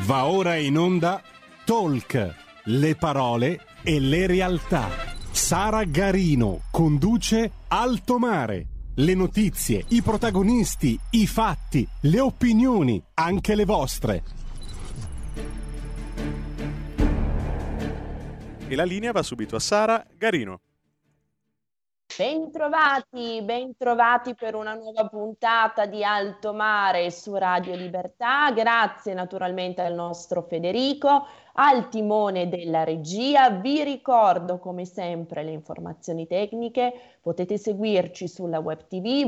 Va ora in onda Talk, le parole e le realtà. Sara Garino conduce Alto Mare. Le notizie, i protagonisti, i fatti, le opinioni, anche le vostre. E la linea va subito a Sara Garino. Bentrovati per una nuova puntata di Alto Mare su Radio Libertà. Grazie naturalmente al nostro Federico, al timone della regia. Vi ricordo come sempre le informazioni tecniche. Potete seguirci sulla web tv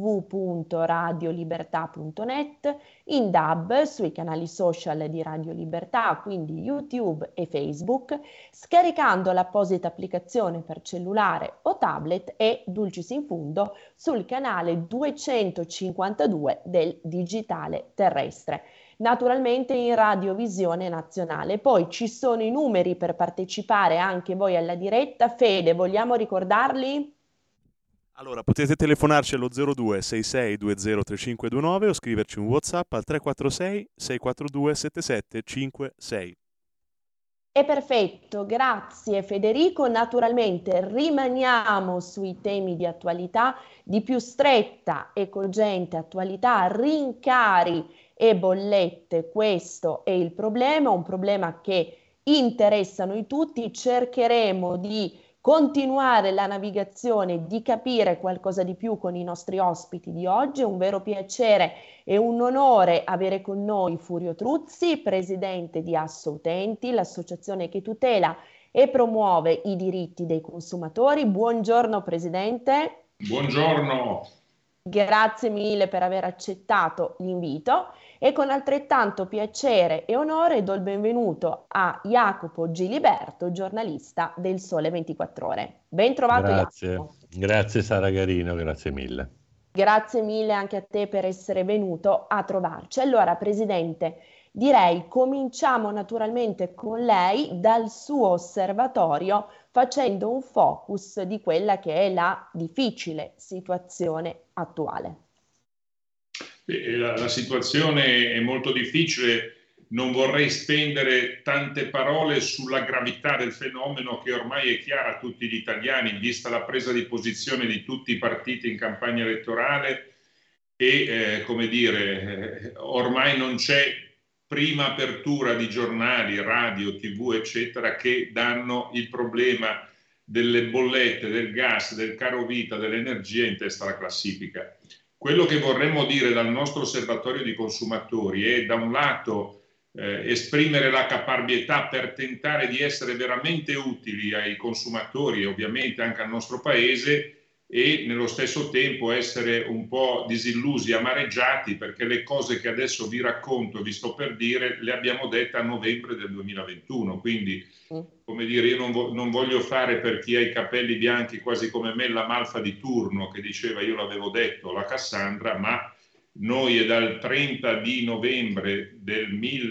www.radiolibertà.net, in DAB sui canali social di Radio Libertà, quindi YouTube e Facebook, scaricando l'apposita applicazione per cellulare o tablet e Dulcis in Fundo sul canale 252 del digitale terrestre. Naturalmente in radiovisione nazionale. Poi ci sono i numeri per partecipare anche voi alla diretta. Fede, vogliamo ricordarli? Allora, potete telefonarci allo 02 66 20 3529 o scriverci un WhatsApp al 346 642 7756. È perfetto, grazie Federico. Naturalmente rimaniamo sui temi di attualità, di più stretta e cogente attualità, rincari e bollette. Questo è il problema, un problema che interessa noi tutti. Cercheremo di continuare la navigazione, di capire qualcosa di più con i nostri ospiti di oggi. È un vero piacere e un onore avere con noi Furio Truzzi, presidente di Assoutenti, l'associazione che tutela e promuove i diritti dei consumatori. Buongiorno Presidente. Buongiorno. Grazie mille per aver accettato l'invito e con altrettanto piacere e onore do il benvenuto a Jacopo Giliberto, giornalista del Sole 24 Ore. Ben trovato Jacopo. Grazie Sara Garino, grazie mille. Grazie mille anche a te per essere venuto a trovarci. Allora, Presidente, direi cominciamo naturalmente con lei dal suo osservatorio facendo un focus di quella che è la difficile situazione attuale. La situazione è molto difficile. Non vorrei spendere tante parole sulla gravità del fenomeno che ormai è chiara a tutti gli italiani, vista la presa di posizione di tutti i partiti in campagna elettorale e, ormai non c'è prima apertura di giornali, radio, TV, eccetera, che danno il problema delle bollette, del gas, del caro vita, dell'energia in testa alla classifica. Quello che vorremmo dire dal nostro osservatorio di consumatori è da un lato esprimere la caparbietà per tentare di essere veramente utili ai consumatori e ovviamente anche al nostro paese e nello stesso tempo essere un po' disillusi, amareggiati perché le cose che adesso vi racconto, vi sto per dire, le abbiamo dette a novembre del 2021, quindi come dire, io non voglio fare per chi ha i capelli bianchi quasi come me la malfa di turno che diceva io l'avevo detto, la Cassandra, ma noi è dal 30 di novembre del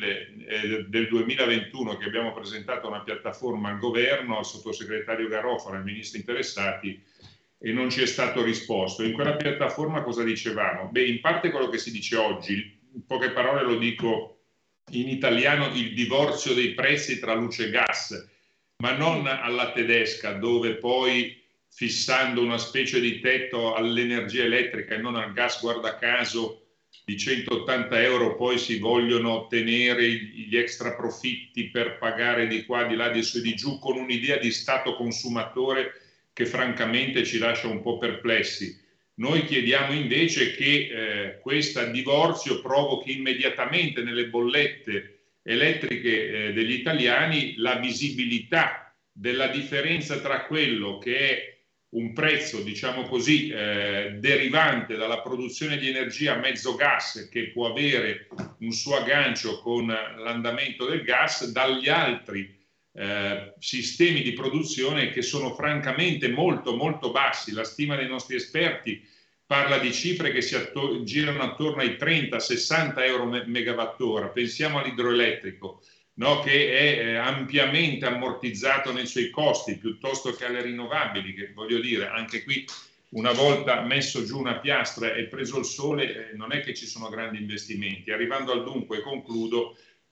2021 che abbiamo presentato una piattaforma al governo, al sottosegretario Garofalo, ai ministri interessati e non ci è stato risposto. In quella piattaforma cosa dicevamo? Beh, in parte quello che si dice oggi, in poche parole lo dico in italiano, il divorzio dei prezzi tra luce e gas, ma non alla tedesca dove poi fissando una specie di tetto all'energia elettrica e non al gas, guarda caso, di 180 euro poi si vogliono ottenere gli extra profitti per pagare di qua, di là, di su e di giù, con un'idea di Stato consumatore che francamente ci lascia un po' perplessi. Noi chiediamo invece che questo divorzio provochi immediatamente nelle bollette elettriche degli italiani la visibilità della differenza tra quello che è un prezzo, diciamo così, derivante dalla produzione di energia a mezzo gas che può avere un suo aggancio con l'andamento del gas dagli altri sistemi di produzione che sono francamente molto molto bassi. La stima dei nostri esperti parla di cifre che si girano attorno ai 30-60 euro megawattora. Pensiamo all'idroelettrico, no, che è ampiamente ammortizzato nei suoi costi piuttosto che alle rinnovabili, che voglio dire, anche qui una volta messo giù una piastra e preso il sole non è che ci sono grandi investimenti. Arrivando al dunque, concludo,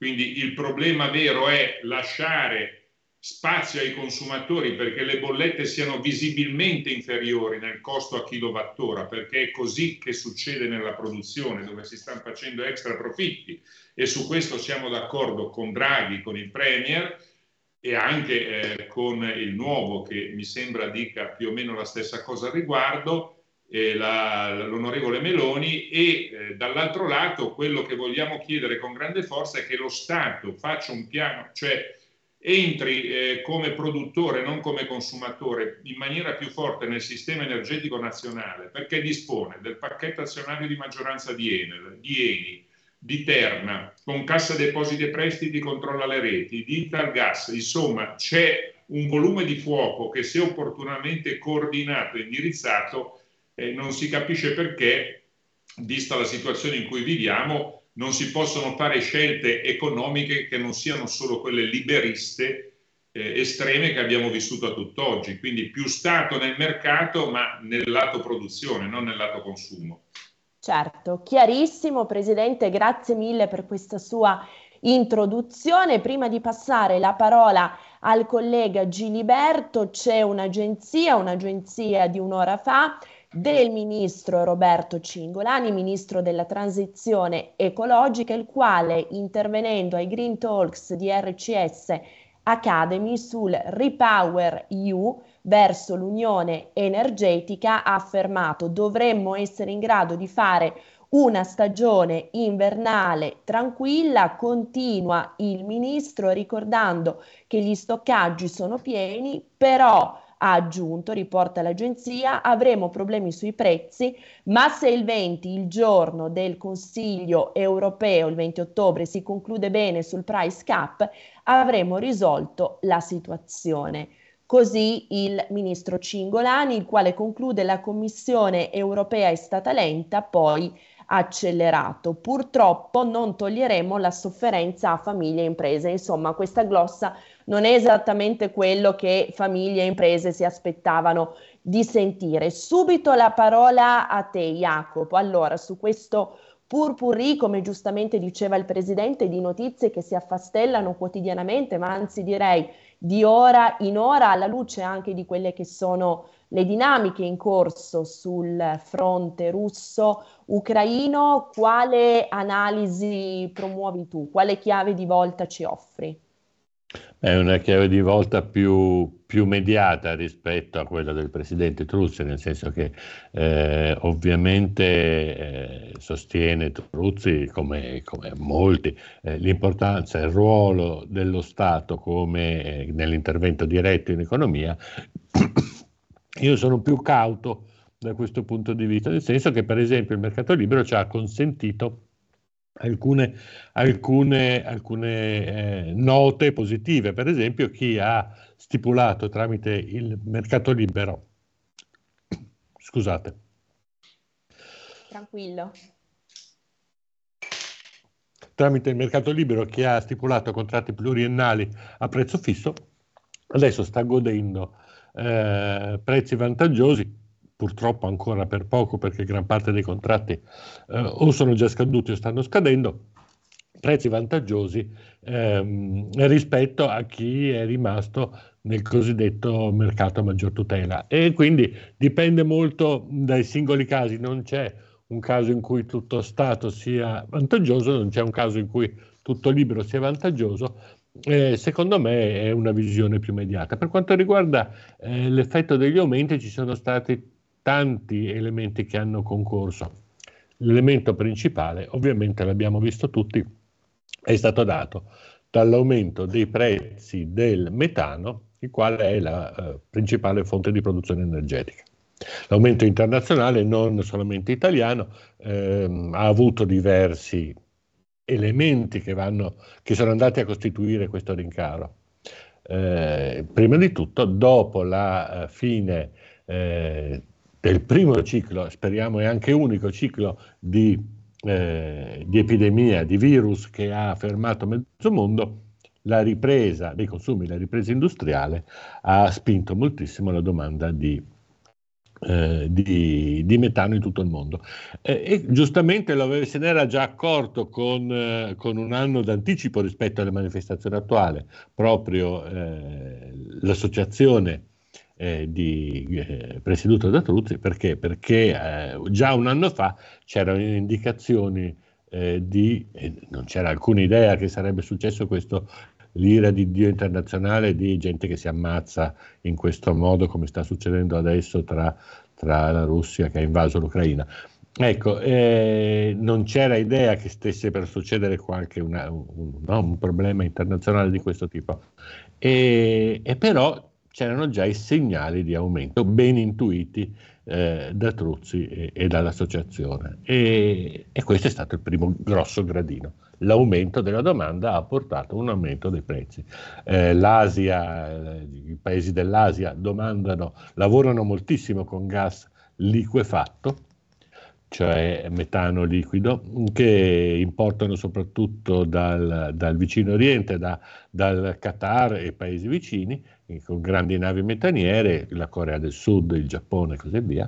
Quindi il problema vero è lasciare spazio ai consumatori perché le bollette siano visibilmente inferiori nel costo a kilowattora, perché è così che succede nella produzione, dove si stanno facendo extra profitti, e su questo siamo d'accordo con Draghi, con il Premier e anche con il nuovo, che mi sembra dica più o meno la stessa cosa al riguardo, l'onorevole Meloni, e dall'altro lato quello che vogliamo chiedere con grande forza è che lo Stato faccia un piano, cioè entri come produttore, non come consumatore, in maniera più forte nel sistema energetico nazionale, perché dispone del pacchetto azionario di maggioranza di Enel, di Eni, di Terna, con Cassa Depositi e Prestiti controlla le reti, di Italgas. Insomma, c'è un volume di fuoco che, se opportunamente coordinato e indirizzato, non si capisce perché, vista la situazione in cui viviamo, non si possono fare scelte economiche che non siano solo quelle liberiste estreme che abbiamo vissuto a tutt'oggi. Quindi più Stato nel mercato, ma nel lato produzione, non nel lato consumo. Certo, chiarissimo, Presidente, grazie mille per questa sua introduzione. Prima di passare la parola al collega Giliberto, c'è un'agenzia di un'ora fa del ministro Roberto Cingolani, ministro della transizione ecologica, il quale, intervenendo ai Green Talks di RCS Academy sul Repower EU verso l'unione energetica, ha affermato: dovremmo essere in grado di fare una stagione invernale tranquilla. Continua il ministro ricordando che gli stoccaggi sono pieni, però ha aggiunto, riporta l'agenzia, avremo problemi sui prezzi, ma se il 20, il giorno del Consiglio europeo, il 20 ottobre, si conclude bene sul price cap, avremo risolto la situazione. Così il ministro Cingolani, il quale conclude: la Commissione europea è stata lenta, poi accelerato. Purtroppo non toglieremo la sofferenza a famiglie e imprese. Insomma, questa glossa non è esattamente quello che famiglie e imprese si aspettavano di sentire. Subito la parola a te, Jacopo. Allora, su questo purpurri, come giustamente diceva il Presidente, di notizie che si affastellano quotidianamente, ma anzi direi di ora in ora, alla luce anche di quelle che sono le dinamiche in corso sul fronte russo-ucraino, quale analisi promuovi tu? Quale chiave di volta ci offri? È una chiave di volta più mediata rispetto a quella del presidente Truzzi, nel senso che ovviamente sostiene Truzzi, come molti, l'importanza e il ruolo dello Stato come nell'intervento diretto in economia. Io sono più cauto da questo punto di vista, nel senso che per esempio il mercato libero ci ha consentito alcune note positive. Per esempio, chi ha stipulato tramite il mercato libero, scusate, tranquillo, tramite il mercato libero, chi ha stipulato contratti pluriennali a prezzo fisso, adesso sta godendo prezzi vantaggiosi, purtroppo ancora per poco, perché gran parte dei contratti o sono già scaduti o stanno scadendo, prezzi vantaggiosi rispetto a chi è rimasto nel cosiddetto mercato a maggior tutela. E quindi dipende molto dai singoli casi. Non c'è un caso in cui tutto Stato sia vantaggioso, non c'è un caso in cui tutto libero sia vantaggioso. Secondo me è una visione più mediata. Per quanto riguarda l'effetto degli aumenti, ci sono stati tanti elementi che hanno concorso. L'elemento principale, ovviamente l'abbiamo visto tutti, è stato dato dall'aumento dei prezzi del metano, il quale è la principale fonte di produzione energetica. L'aumento internazionale, non solamente italiano, ha avuto diversi elementi che sono andati a costituire questo rincaro. Prima di tutto, dopo la fine del primo ciclo, speriamo e anche unico ciclo di epidemia, di virus che ha fermato mezzo mondo, la ripresa dei consumi, la ripresa industriale ha spinto moltissimo la domanda di di metano in tutto il mondo. E giustamente se ne era già accorto con un anno d'anticipo rispetto alle manifestazioni attuali, proprio l'associazione presieduta da Truzzi, perché già un anno fa c'erano indicazioni non c'era alcuna idea che sarebbe successo questo, l'ira di Dio internazionale di gente che si ammazza in questo modo, come sta succedendo adesso tra la Russia che ha invaso l'Ucraina. Ecco, non c'era idea che stesse per succedere un problema internazionale di questo tipo. E però c'erano già i segnali di aumento ben intuiti da Truzzi e dall'associazione. E questo è stato il primo grosso gradino. L'aumento della domanda ha portato un aumento dei prezzi. L'Asia, i paesi dell'Asia lavorano moltissimo con gas liquefatto, cioè metano liquido, che importano soprattutto dal vicino Oriente, dal Qatar e paesi vicini, con grandi navi metaniere, la Corea del Sud, il Giappone e così via.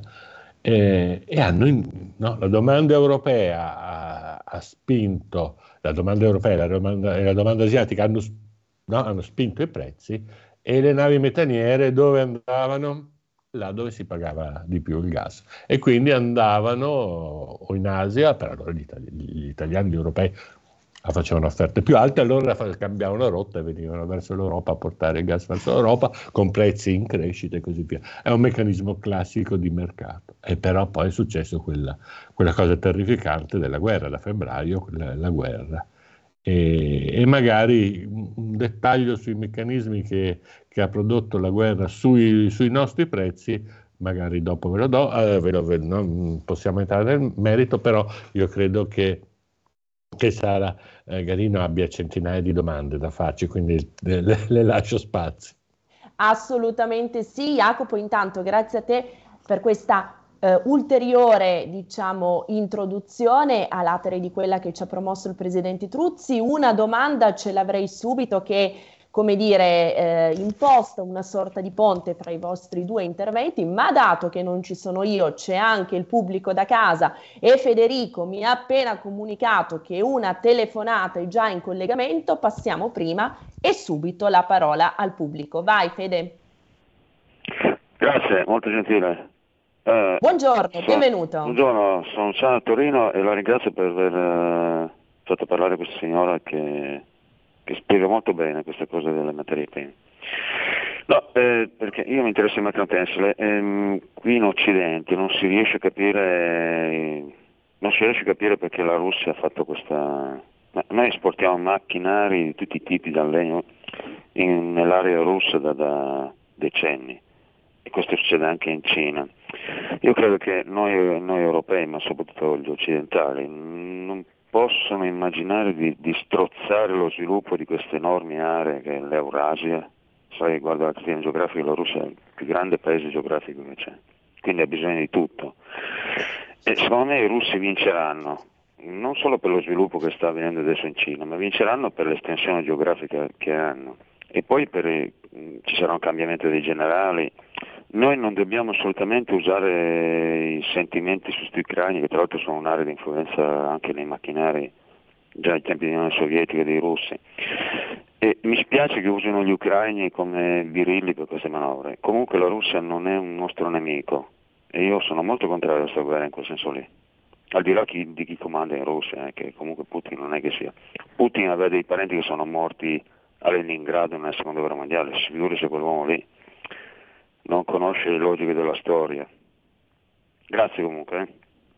La domanda europea ha spinto, la domanda europea e la domanda asiatica hanno spinto i prezzi, e le navi metaniere dove andavano? Là dove si pagava di più il gas, e quindi andavano o in Asia, per allora gli italiani, gli europei facevano offerte più alte, allora cambiavano rotta e venivano verso l'Europa a portare il gas verso l'Europa con prezzi in crescita e così via. È un meccanismo classico di mercato, e però poi è successo quella cosa terrificante della guerra, da febbraio, la guerra. E magari un dettaglio sui meccanismi che ha prodotto la guerra sui nostri prezzi, magari dopo ve lo do, non possiamo entrare nel merito, però io credo che Sara Garino abbia centinaia di domande da farci, quindi le lascio spazio. Assolutamente sì, Jacopo, intanto grazie a te per questa ulteriore, introduzione a latere di quella che ci ha promosso il presidente Truzzi. Una domanda ce l'avrei subito, che, come dire, imposta una sorta di ponte tra i vostri due interventi, ma dato che non ci sono io, c'è anche il pubblico da casa, e Federico mi ha appena comunicato che una telefonata è già in collegamento, passiamo prima e subito la parola al pubblico. Vai Fede. Grazie, molto gentile. Buongiorno, benvenuto. Buongiorno, sono Luciano a Torino e la ringrazio per aver fatto parlare questa signora che spiega molto bene queste cose delle materie prime. No, perché io mi interessa il mercato tessile. Qui in Occidente non si riesce a capire perché la Russia ha fatto questa. Noi esportiamo macchinari di tutti i tipi dal legno nell'area russa da decenni, e questo succede anche in Cina. Io credo che noi europei, ma soprattutto gli occidentali, non possono immaginare di strozzare lo sviluppo di queste enormi aree che è l'Eurasia. Sai, guarda la cartina geografica, la Russia è il più grande paese geografico che c'è, quindi ha bisogno di tutto. E secondo me i russi vinceranno, non solo per lo sviluppo che sta avvenendo adesso in Cina, ma vinceranno per l'estensione geografica che hanno. E poi ci sarà un cambiamento dei generali. Noi non dobbiamo assolutamente usare i sentimenti su questi ucraini, che tra l'altro sono un'area di influenza anche nei macchinari già ai tempi dell'Unione Sovietica e dei russi. E mi spiace che usino gli ucraini come birilli per queste manovre. Comunque la Russia non è un nostro nemico, e io sono molto contrario a questa guerra in quel senso lì. Al di là di chi comanda in Russia, che comunque Putin non è che sia. Putin aveva dei parenti che sono morti a Leningrado nella seconda guerra mondiale, si figuri se quell'uomo lì non conosce le logiche della storia. Grazie comunque.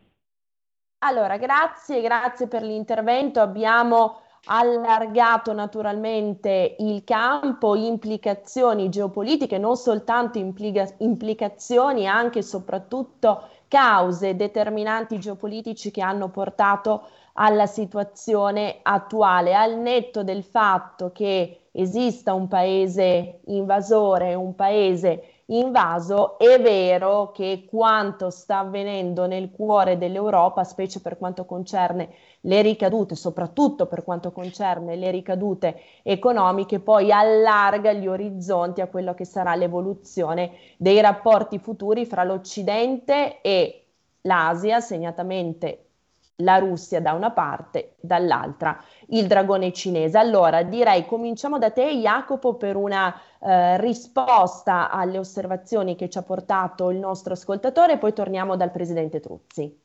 Allora, grazie per l'intervento. Abbiamo allargato naturalmente il campo, implicazioni geopolitiche, non soltanto implicazioni, anche e soprattutto cause determinanti geopolitici che hanno portato alla situazione attuale, al netto del fatto che esista un paese invasore, un paese invaso. È vero che quanto sta avvenendo nel cuore dell'Europa, specie per quanto concerne le ricadute, soprattutto per quanto concerne le ricadute economiche, poi allarga gli orizzonti a quello che sarà l'evoluzione dei rapporti futuri fra l'Occidente e l'Asia, segnatamente la Russia da una parte, dall'altra il dragone cinese. Allora direi cominciamo da te, Jacopo, per una risposta alle osservazioni che ci ha portato il nostro ascoltatore, e poi torniamo dal presidente Truzzi.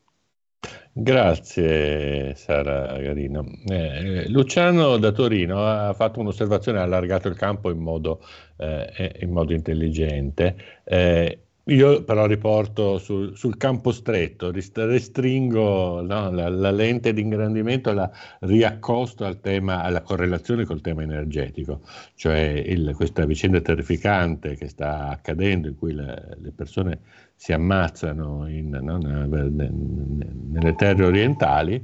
Grazie Sara Garino. Luciano da Torino ha fatto un'osservazione, ha allargato il campo in modo intelligente. Io però riporto sul campo stretto, restringo, no, la lente di ingrandimento e la riaccosto al tema, alla correlazione col tema energetico, cioè questa vicenda terrificante che sta accadendo, in cui le persone si ammazzano nelle terre orientali,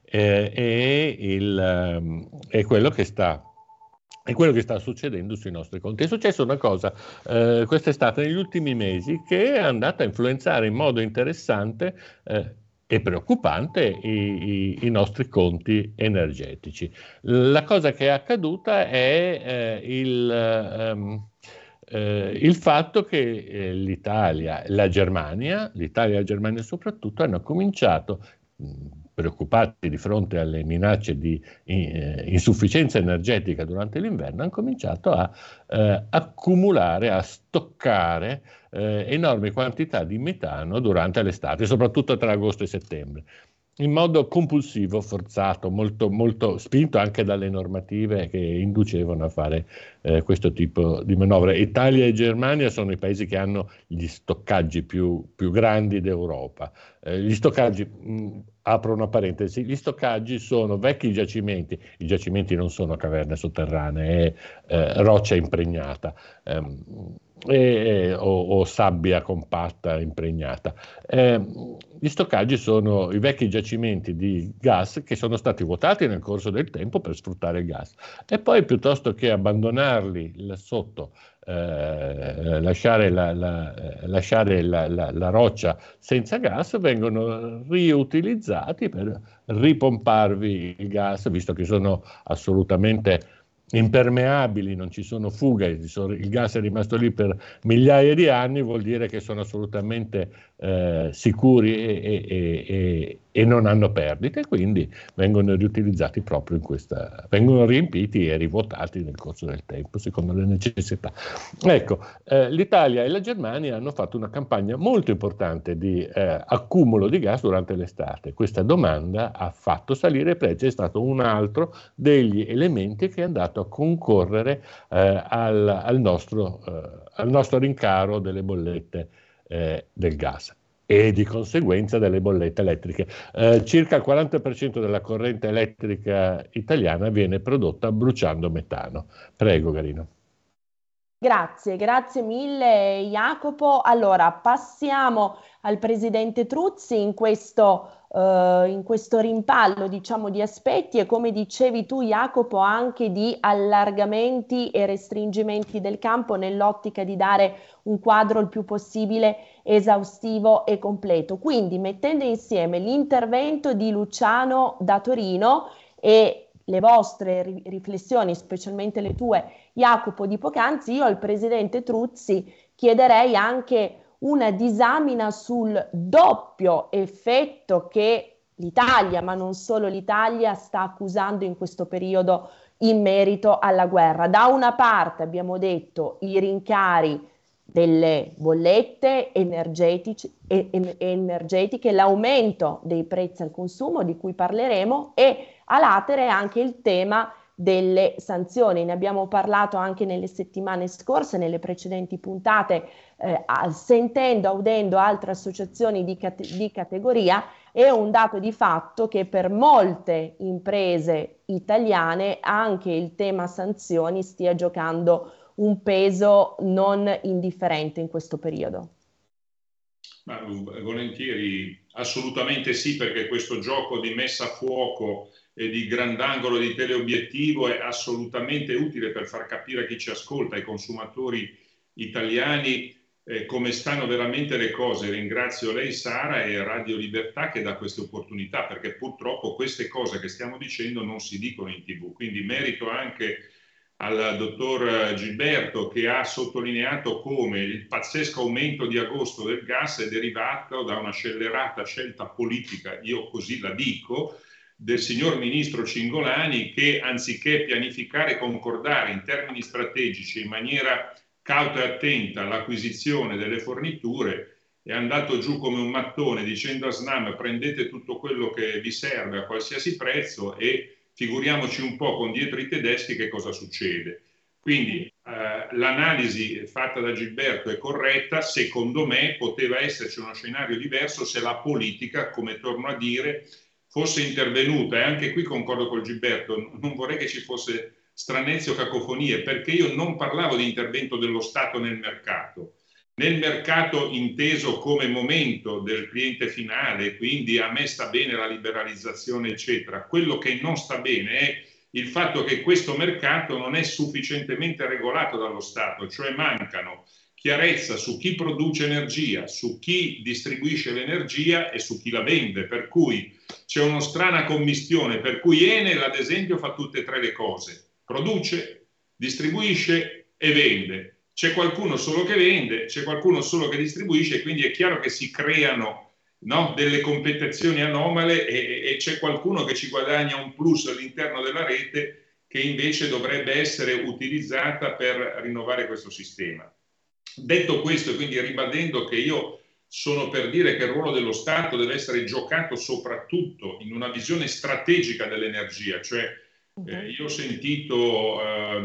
è quello che sta succedendo sui nostri conti. È successa una cosa quest'estate, negli ultimi mesi, che è andata a influenzare in modo interessante e preoccupante i nostri conti energetici. La cosa che è accaduta è il fatto che l'Italia e la Germania soprattutto, hanno cominciato, preoccupati di fronte alle minacce di insufficienza energetica durante l'inverno, hanno cominciato a accumulare, a stoccare enormi quantità di metano durante l'estate, soprattutto tra agosto e settembre, in modo compulsivo, forzato, molto, molto spinto anche dalle normative che inducevano a fare questo tipo di manovre. Italia e Germania sono i paesi che hanno gli stoccaggi più grandi d'Europa. Gli stoccaggi, apro una parentesi, gli stoccaggi sono vecchi giacimenti, i giacimenti non sono caverne sotterranee, è roccia impregnata, o sabbia compatta impregnata. Gli stoccaggi sono i vecchi giacimenti di gas che sono stati vuotati nel corso del tempo per sfruttare il gas, e poi, piuttosto che abbandonarli sotto, lasciare la roccia senza gas, vengono riutilizzati per ripomparvi il gas, visto che sono assolutamente impermeabili, non ci sono fughe, il gas è rimasto lì per migliaia di anni, vuol dire che sono assolutamente sicuri e non hanno perdite, quindi vengono riutilizzati proprio vengono riempiti e rivuotati nel corso del tempo, secondo le necessità. Ecco, l'Italia e la Germania hanno fatto una campagna molto importante di accumulo di gas durante l'estate. Questa domanda ha fatto salire i prezzi, è stato un altro degli elementi che è andato a concorrere al nostro rincaro delle bollette del gas e di conseguenza delle bollette elettriche. Circa il 40% della corrente elettrica italiana viene prodotta bruciando metano. Prego, Garino. Grazie mille Jacopo. Allora, passiamo al presidente Truzzi in questo rimpallo, diciamo, di aspetti, e come dicevi tu, Jacopo, anche di allargamenti e restringimenti del campo nell'ottica di dare un quadro il più possibile esaustivo e completo. Quindi, mettendo insieme l'intervento di Luciano da Torino e le vostre riflessioni, specialmente le tue, Jacopo, di poc'anzi, io al presidente Truzzi chiederei anche una disamina sul doppio effetto che l'Italia, ma non solo l'Italia, sta accusando in questo periodo in merito alla guerra. Da una parte abbiamo detto i rincari delle bollette energetiche, l'aumento dei prezzi al consumo, di cui parleremo, e a latere anche il tema delle sanzioni. Ne abbiamo parlato anche nelle settimane scorse, nelle precedenti puntate, sentendo, audendo altre associazioni di categoria. È un dato di fatto che per molte imprese italiane anche il tema sanzioni stia giocando un peso non indifferente in questo periodo. Ma volentieri, assolutamente sì, perché questo gioco di messa a fuoco e di grandangolo di teleobiettivo è assolutamente utile per far capire a chi ci ascolta, ai consumatori italiani, come stanno veramente le cose. Ringrazio lei, Sara, e Radio Libertà che dà queste opportunità, perché purtroppo queste cose che stiamo dicendo non si dicono in TV. Quindi merito anche al dottor Gilberto, che ha sottolineato come il pazzesco aumento di agosto del gas è derivato da una scellerata scelta politica, io così la dico, del signor ministro Cingolani, che anziché pianificare e concordare in termini strategici in maniera cauta e attenta l'acquisizione delle forniture, è andato giù come un mattone dicendo a Snam: prendete tutto quello che vi serve a qualsiasi prezzo e figuriamoci un po' con dietro i tedeschi che cosa succede. Quindi l'analisi fatta da Gilberto è corretta. Secondo me poteva esserci uno scenario diverso se la politica, come torno a dire, fosse intervenuta, e anche qui concordo col Gilberto, non vorrei che ci fosse stranezze o cacofonie, perché io non parlavo di intervento dello Stato nel mercato inteso come momento del cliente finale, quindi a me sta bene la liberalizzazione eccetera. Quello che non sta bene è il fatto che questo mercato non è sufficientemente regolato dallo Stato, cioè mancano chiarezza su chi produce energia, su chi distribuisce l'energia e su chi la vende, per cui c'è una strana commistione, per cui Enel ad esempio fa tutte e tre le cose: produce, distribuisce e vende. C'è qualcuno solo che vende, c'è qualcuno solo che distribuisce, quindi è chiaro che si creano, no, delle competizioni anomale e c'è qualcuno che ci guadagna un plus all'interno della rete che invece dovrebbe essere utilizzata per rinnovare questo sistema. Detto questo, e quindi ribadendo che io sono per dire che il ruolo dello Stato deve essere giocato soprattutto in una visione strategica dell'energia, cioè io ho sentito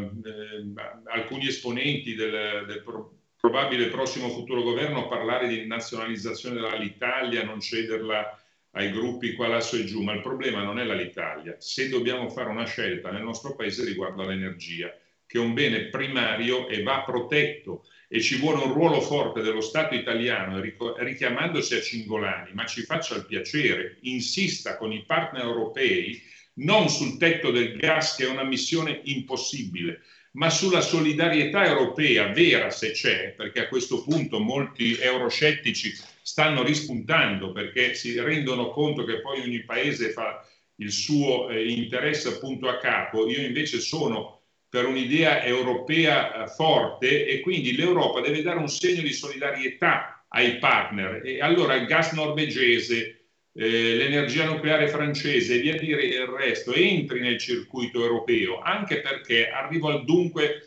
alcuni esponenti del probabile prossimo futuro governo parlare di nazionalizzazione dell'Alitalia, non cederla ai gruppi qua, lasso e giù, ma il problema non è l'Alitalia. Se dobbiamo fare una scelta nel nostro paese riguardo all'energia, che è un bene primario e va protetto, e ci vuole un ruolo forte dello Stato italiano, richiamandosi a Cingolani, ma ci faccia il piacere, insista con i partner europei non sul tetto del gas, che è una missione impossibile, ma sulla solidarietà europea vera, se c'è, perché a questo punto molti euroscettici stanno rispuntando perché si rendono conto che poi ogni paese fa il suo interesse appunto a capo. Io invece sono per un'idea europea forte, e quindi l'Europa deve dare un segno di solidarietà ai partner. E allora il gas norvegese, l'energia nucleare francese e via dire il resto entri nel circuito europeo, anche perché arrivo al dunque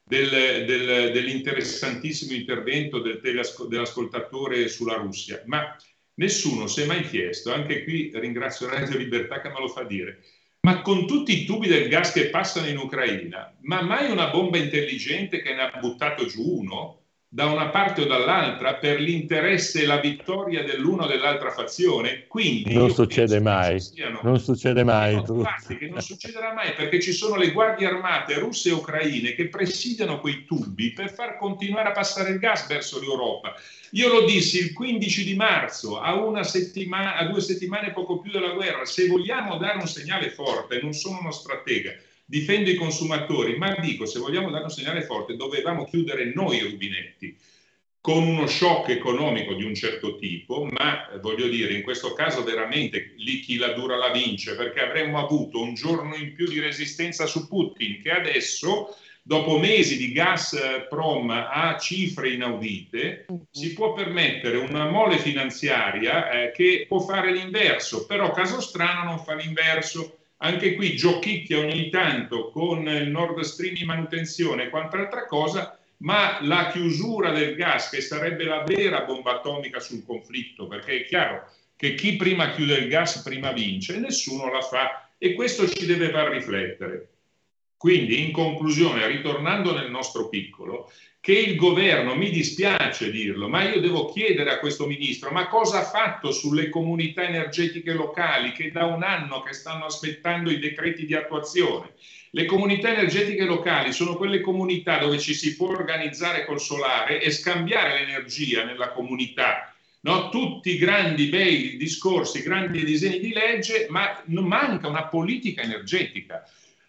dell'interessantissimo intervento dell'ascoltatore sulla Russia. Ma nessuno si è mai chiesto, anche qui ringrazio Radio Libertà che me lo fa dire, ma con tutti i tubi del gas che passano in Ucraina, ma mai una bomba intelligente che ne ha buttato giù uno da una parte o dall'altra per l'interesse e la vittoria dell'una o dell'altra fazione? Quindi non succede mai, non succede mai. Infatti che non succederà mai, perché ci sono le guardie armate russe e ucraine che presidiano quei tubi per far continuare a passare il gas verso l'Europa. Io lo dissi il 15 di marzo, a 2 settimane poco più della guerra: se vogliamo dare un segnale forte, non sono uno stratega, difendo i consumatori, ma dico, se vogliamo dare un segnale forte dovevamo chiudere noi i rubinetti, con uno shock economico di un certo tipo, ma voglio dire, in questo caso veramente lì chi la dura la vince, perché avremmo avuto un giorno in più di resistenza su Putin, che adesso, dopo mesi di Gazprom a cifre inaudite, si può permettere una mole finanziaria che può fare l'inverso, però caso strano non fa l'inverso. Anche qui giochicchia ogni tanto con il Nord Stream in manutenzione e quant'altra cosa, ma la chiusura del gas, che sarebbe la vera bomba atomica sul conflitto, perché è chiaro che chi prima chiude il gas prima vince, e nessuno la fa, e questo ci deve far riflettere. Quindi, in conclusione, ritornando nel nostro piccolo, che il governo, mi dispiace dirlo, ma io devo chiedere a questo ministro: ma cosa ha fatto sulle comunità energetiche locali che da un anno che stanno aspettando i decreti di attuazione? Le comunità energetiche locali sono quelle comunità dove ci si può organizzare col solare e scambiare l'energia nella comunità, no? Tutti grandi bei discorsi, grandi disegni di legge, ma non manca una politica energetica.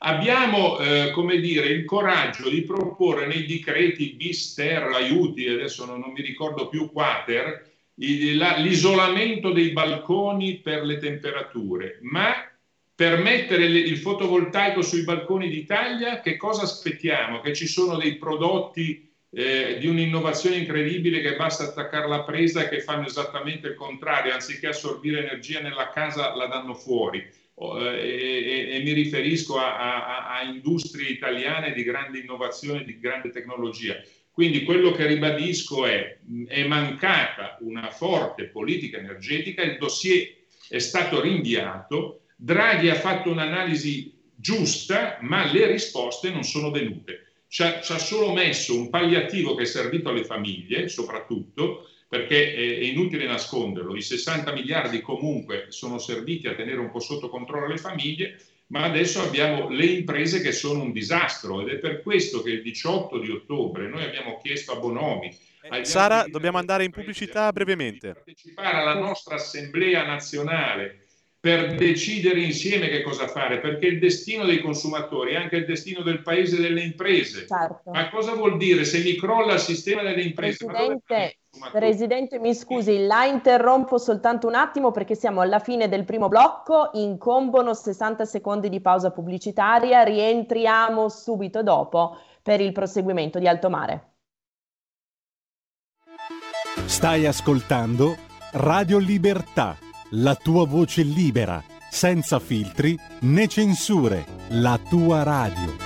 abbiamo come dire, il coraggio di proporre nei decreti bis, ter, aiuti, adesso non mi ricordo più quater, l'isolamento dei balconi per le temperature, ma per mettere il fotovoltaico sui balconi d'Italia che cosa aspettiamo? Che ci sono dei prodotti di un'innovazione incredibile che basta attaccare la presa e che fanno esattamente il contrario, anziché assorbire energia nella casa la danno fuori. E mi riferisco a industrie italiane di grande innovazione, di grande tecnologia. Quindi quello che ribadisco è mancata una forte politica energetica, il dossier è stato rinviato, Draghi ha fatto un'analisi giusta, ma le risposte non sono venute. Ci ha solo messo un palliativo che è servito alle famiglie, soprattutto, perché è inutile nasconderlo, i 60 miliardi comunque sono serviti a tenere un po' sotto controllo le famiglie, ma adesso abbiamo le imprese che sono un disastro ed è per questo che il 18 di ottobre noi abbiamo chiesto a Bonomi. Sara, dobbiamo andare in pubblicità brevemente. Di partecipare alla nostra assemblea nazionale per decidere insieme che cosa fare, perché il destino dei consumatori è anche il destino del paese e delle imprese. Certo. Ma cosa vuol dire se mi crolla il sistema delle imprese? Presidente, mi scusi, la interrompo soltanto un attimo perché siamo alla fine del primo blocco, incombono 60 secondi di pausa pubblicitaria, rientriamo subito dopo per il proseguimento di Alto Mare. Stai ascoltando Radio Libertà, la tua voce libera, senza filtri né censure, la tua radio.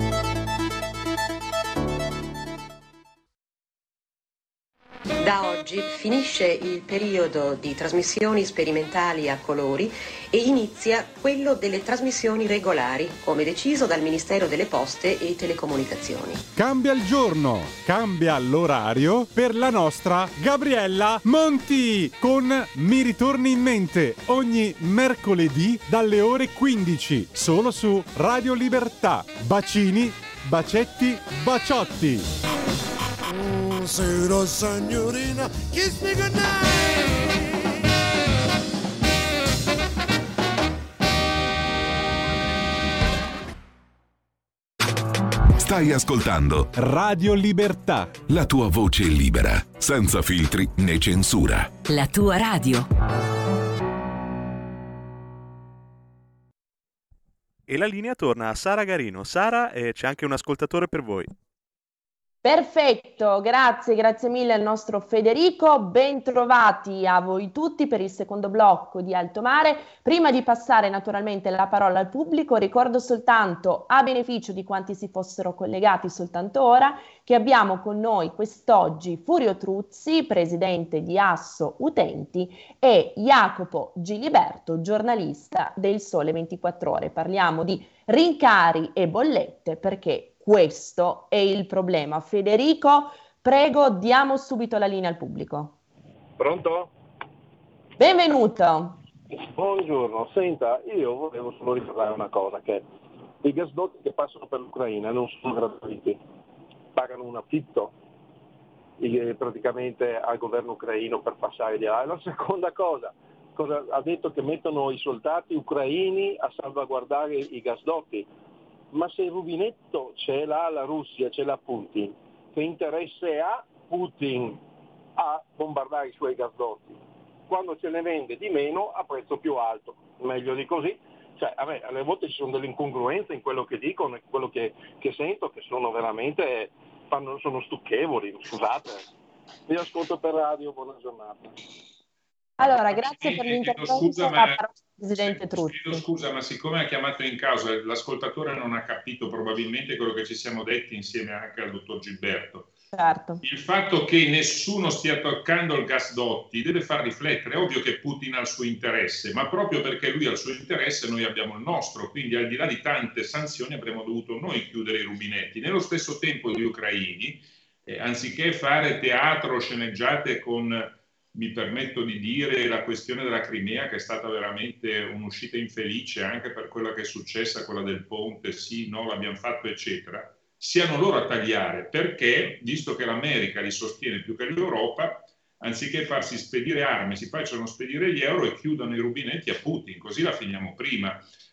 Da oggi finisce il periodo di trasmissioni sperimentali a colori e inizia quello delle trasmissioni regolari, come deciso dal Ministero delle Poste e Telecomunicazioni. Cambia il giorno, cambia l'orario per la nostra Gabriella Monti con Mi ritorni in mente ogni mercoledì dalle ore 15, solo su Radio Libertà. Bacini, bacetti, baciotti. Buonasera signorina, kiss me goodnight. Stai ascoltando Radio Libertà, la tua voce libera, senza filtri né censura. La tua radio. E la linea torna a Sara Garino. Sara, c'è anche un ascoltatore per voi. Perfetto, grazie mille al nostro Federico, ben trovati a voi tutti per il secondo blocco di Alto Mare. Prima di passare naturalmente la parola al pubblico, ricordo soltanto, a beneficio di quanti si fossero collegati soltanto ora, che abbiamo con noi quest'oggi Furio Truzzi, presidente di Asso Utenti, e Jacopo Giliberto, giornalista del Sole 24 Ore. Parliamo di rincari e bollette perché questo è il problema. Federico, prego, diamo subito la linea al pubblico. Pronto? Benvenuto. Buongiorno, senta, io volevo solo ricordare una cosa, che i gasdotti che passano per l'Ucraina non sono gratuiti, pagano un affitto praticamente al governo ucraino per passare di là. E la seconda cosa ha detto che mettono i soldati ucraini a salvaguardare i gasdotti. Ma se il rubinetto ce l'ha la Russia, ce l'ha Putin, che interesse ha Putin a bombardare i suoi gasdotti? Quando ce ne vende di meno a prezzo più alto, meglio di così. Cioè, alle volte ci sono delle incongruenze in quello che dicono e quello che sento, che sono veramente, sono stucchevoli, scusate. Vi ascolto per radio, buona giornata. Allora, grazie per l'intervento. Presidente Truzzi. Scusa, ma siccome ha chiamato in causa, l'ascoltatore non ha capito probabilmente quello che ci siamo detti insieme anche al dottor Gilberto. Certo. Il fatto che nessuno stia toccando il gasdotti deve far riflettere. È ovvio che Putin ha il suo interesse, ma proprio perché lui ha il suo interesse noi abbiamo il nostro, quindi al di là di tante sanzioni avremmo dovuto noi chiudere i rubinetti. Nello stesso tempo gli ucraini, anziché fare teatro, sceneggiate con... mi permetto di dire la questione della Crimea, che è stata veramente un'uscita infelice anche per quella che è successa, quella del ponte, sì, no, l'abbiamo fatto, eccetera, siano loro a tagliare, perché, visto che l'America li sostiene più che l'Europa, anziché farsi spedire armi, si facciano spedire gli euro e chiudano i rubinetti a Putin, così la finiamo prima.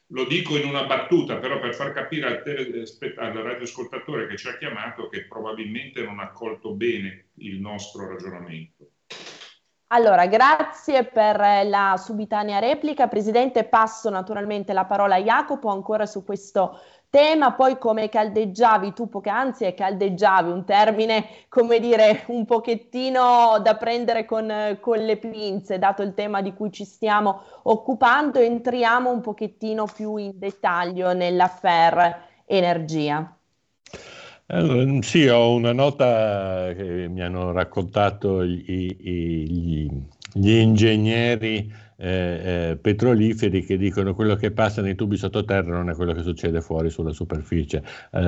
Lo dico in una battuta, però per far capire al radioascoltatore che ci ha chiamato che probabilmente non ha colto bene il nostro ragionamento. Allora, grazie per la subitanea replica. Presidente, passo naturalmente la parola a Jacopo ancora su questo tema, poi come caldeggiavi tu poc'anzi, e caldeggiavi un termine, come dire, un pochettino da prendere con le pinze, dato il tema di cui ci stiamo occupando, entriamo un pochettino più in dettaglio nell'affaire energia. Allora, sì, ho una nota che mi hanno raccontato gli ingegneri petroliferi, che quello che passa nei tubi sottoterra non è quello che succede fuori sulla superficie.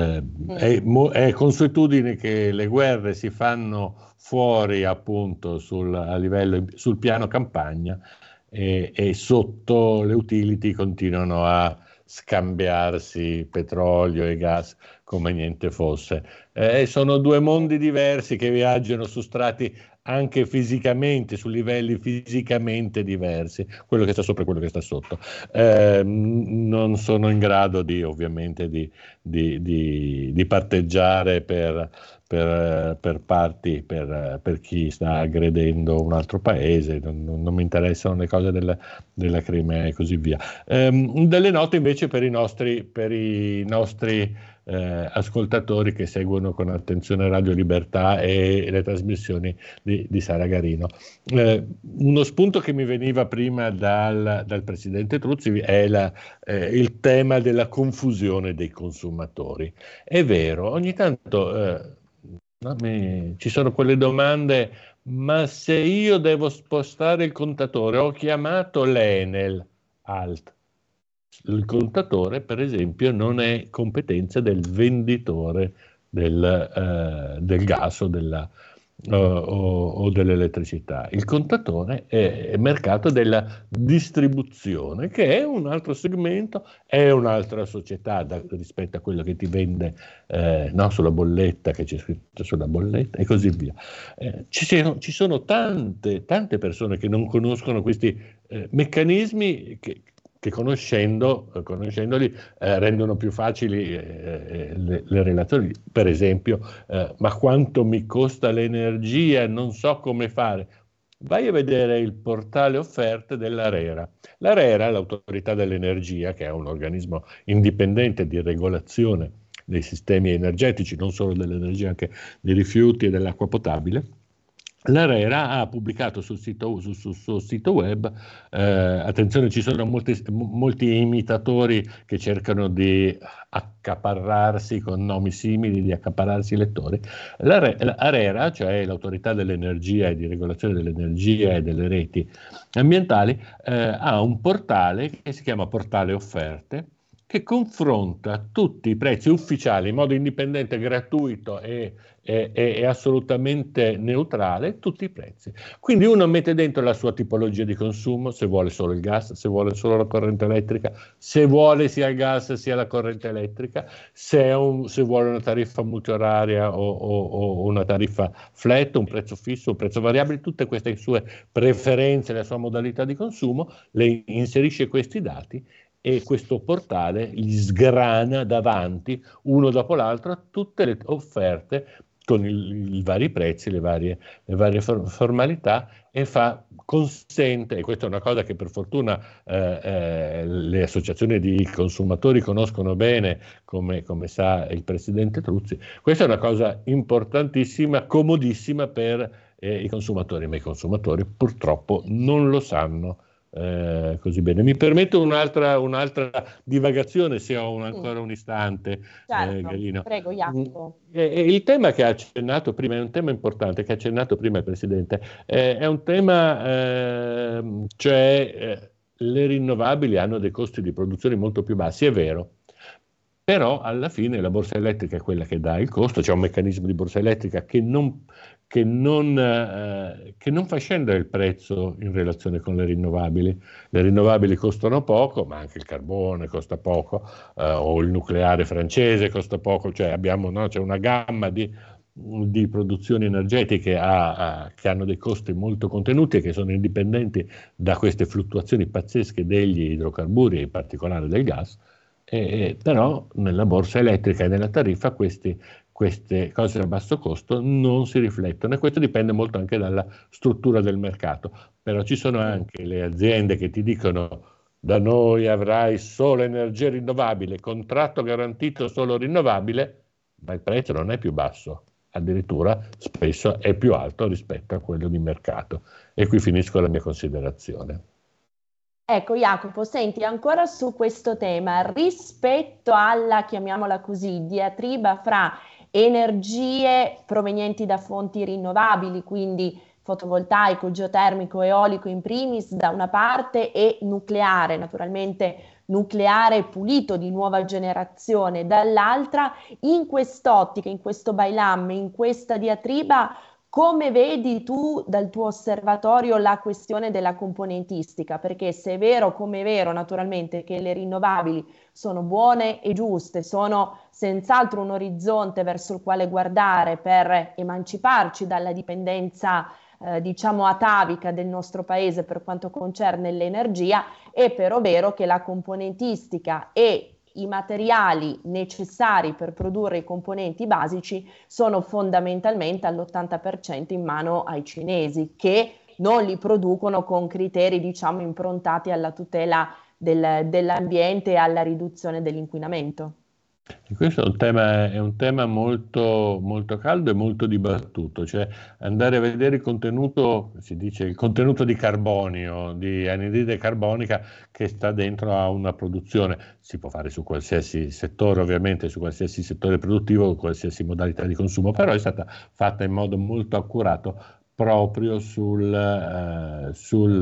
È consuetudine che le guerre si fanno fuori, appunto, sul piano campagna, e sotto le utility continuano a scambiarsi petrolio e gas come niente fosse. Sono due mondi diversi che viaggiano su strati anche fisicamente, su livelli fisicamente diversi, quello che sta sopra e quello che sta sotto. Non sono in grado ovviamente di parteggiare per parti, per chi sta aggredendo un altro paese. Non mi interessano le cose della Crimea e così via. Delle note invece per i nostri ascoltatori che seguono con attenzione Radio Libertà e le trasmissioni di Sara Garino. Uno spunto che mi veniva prima dal presidente Truzzi è il tema della confusione dei consumatori. È vero, ogni tanto ci sono quelle domande: ma se io devo spostare il contatore, ho chiamato l'Enel, alt. Il contatore, per esempio, non è competenza del venditore del gas o dell'elettricità. Il contatore è mercato della distribuzione, che è un altro segmento, è un'altra società rispetto a quello che ti vende sulla bolletta, che c'è scritto sulla bolletta, e così via. Ci sono tante persone che non conoscono questi meccanismi che conoscendoli rendono più facili le relazioni. Per esempio, ma quanto mi costa l'energia, non so come fare. Vai a vedere il portale offerte dell'ARERA. L'ARERA, l'Autorità dell'Energia, che è un organismo indipendente di regolazione dei sistemi energetici, non solo dell'energia, anche dei rifiuti e dell'acqua potabile. L'ARERA ha pubblicato sul suo sito web, attenzione, ci sono molti imitatori che cercano di accaparrarsi con nomi simili, di accaparrarsi i lettori. L'ARERA, cioè l'Autorità dell'Energia e di regolazione dell'energia e delle reti ambientali, ha un portale che si chiama Portale Offerte, che confronta tutti i prezzi ufficiali in modo indipendente, gratuito e assolutamente neutrale, tutti i prezzi. Quindi uno mette dentro la sua tipologia di consumo, se vuole solo il gas, se vuole solo la corrente elettrica, se vuole sia il gas sia la corrente elettrica, se vuole una tariffa multioraria o una tariffa flat, un prezzo fisso, un prezzo variabile, tutte queste sue preferenze, la sua modalità di consumo, le inserisce questi dati, e questo portale gli sgrana davanti, uno dopo l'altro, tutte le offerte con i vari prezzi, le varie formalità, e consente, e questa è una cosa che per fortuna le associazioni di consumatori conoscono bene, come sa il presidente Truzzi. Questa è una cosa importantissima, comodissima per i consumatori, ma i consumatori purtroppo non lo sanno così bene. Mi permetto un'altra divagazione, se ho ancora un istante. Certo, Garino. Prego, Jacopo. Il tema che ha accennato prima è un tema importante, che ha accennato prima il Presidente, è un tema, cioè le rinnovabili hanno dei costi di produzione molto più bassi, è vero, però alla fine la borsa elettrica è quella che dà il costo, c'è un meccanismo di borsa elettrica che non fa scendere il prezzo in relazione con le rinnovabili. Le rinnovabili costano poco, ma anche il carbone costa poco, o il nucleare francese costa poco, cioè c'è una gamma di di produzioni energetiche che hanno dei costi molto contenuti e che sono indipendenti da queste fluttuazioni pazzesche degli idrocarburi, in particolare del gas, però nella borsa elettrica e nella tariffa queste cose a basso costo non si riflettono, e questo dipende molto anche dalla struttura del mercato. Però ci sono anche le aziende che ti dicono: da noi avrai solo energia rinnovabile, contratto garantito solo rinnovabile, ma il prezzo non è più basso, addirittura spesso è più alto rispetto a quello di mercato. E qui finisco la mia considerazione. Ecco Jacopo, senti, ancora su questo tema, rispetto alla, chiamiamola così, diatriba fra energie provenienti da fonti rinnovabili, quindi fotovoltaico, geotermico, eolico in primis da una parte, e nucleare, naturalmente nucleare pulito di nuova generazione dall'altra, in quest'ottica, in questo bailamme, in questa diatriba, come vedi tu dal tuo osservatorio la questione della componentistica? Perché se è vero, come è vero naturalmente, che le rinnovabili sono buone e giuste, sono senz'altro un orizzonte verso il quale guardare per emanciparci dalla dipendenza diciamo atavica del nostro paese per quanto concerne l'energia, è però vero che la componentistica e i materiali necessari per produrre i componenti basici sono fondamentalmente all'80% in mano ai cinesi, che non li producono con criteri, diciamo, improntati alla tutela dell'ambiente e alla riduzione dell'inquinamento. E questo è un tema molto, molto caldo e molto dibattuto, cioè andare a vedere il contenuto, si dice il contenuto di carbonio, di anidride carbonica che sta dentro a una produzione. Si può fare su qualsiasi settore, ovviamente, su qualsiasi settore produttivo, qualsiasi modalità di consumo, però è stata fatta in modo molto accurato proprio sulla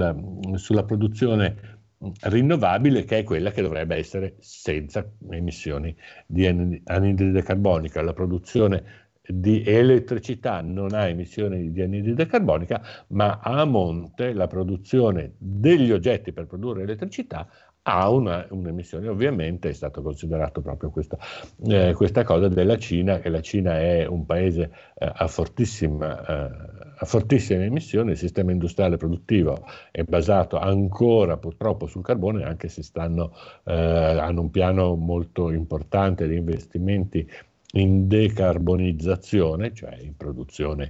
produzione rinnovabile, che è quella che dovrebbe essere senza emissioni di anidride carbonica. La produzione di elettricità non ha emissioni di anidride carbonica, ma a monte la produzione degli oggetti per produrre elettricità ha un'emissione. Ovviamente è stato considerato proprio questa cosa della Cina, che la Cina è un paese a fortissime emissioni. Il sistema industriale produttivo è basato ancora purtroppo sul carbone, anche se hanno un piano molto importante di investimenti in decarbonizzazione, cioè in produzione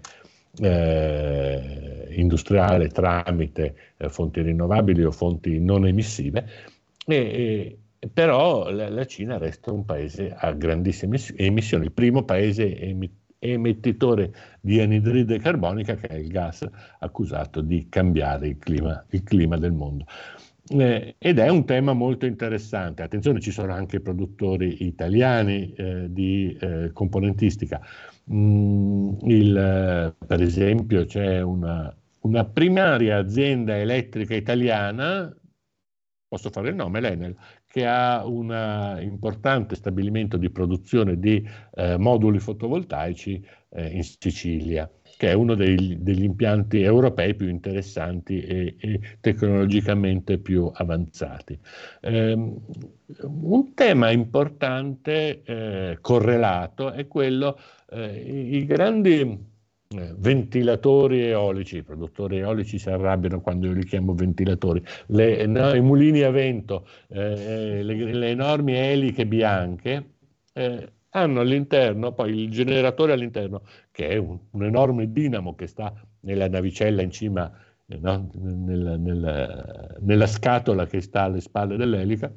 industriale tramite fonti rinnovabili o fonti non emissive. Però la Cina resta un paese a grandissime emissioni, il primo paese emettitore di anidride carbonica, che è il gas accusato di cambiare il clima del mondo. Ed è un tema molto interessante. Attenzione, ci sono anche produttori italiani di componentistica. Per esempio c'è una primaria azienda elettrica italiana, posso fare il nome, l'Enel, che ha un importante stabilimento di produzione di moduli fotovoltaici in Sicilia, che è uno degli impianti europei più interessanti e tecnologicamente più avanzati. Un tema importante correlato è quello, i grandi ventilatori eolici. I produttori eolici si arrabbiano quando io li chiamo ventilatori, i mulini a vento, le enormi eliche bianche hanno all'interno poi il generatore all'interno, che è un enorme dinamo che sta nella navicella in cima, no? nella scatola che sta alle spalle dell'elica.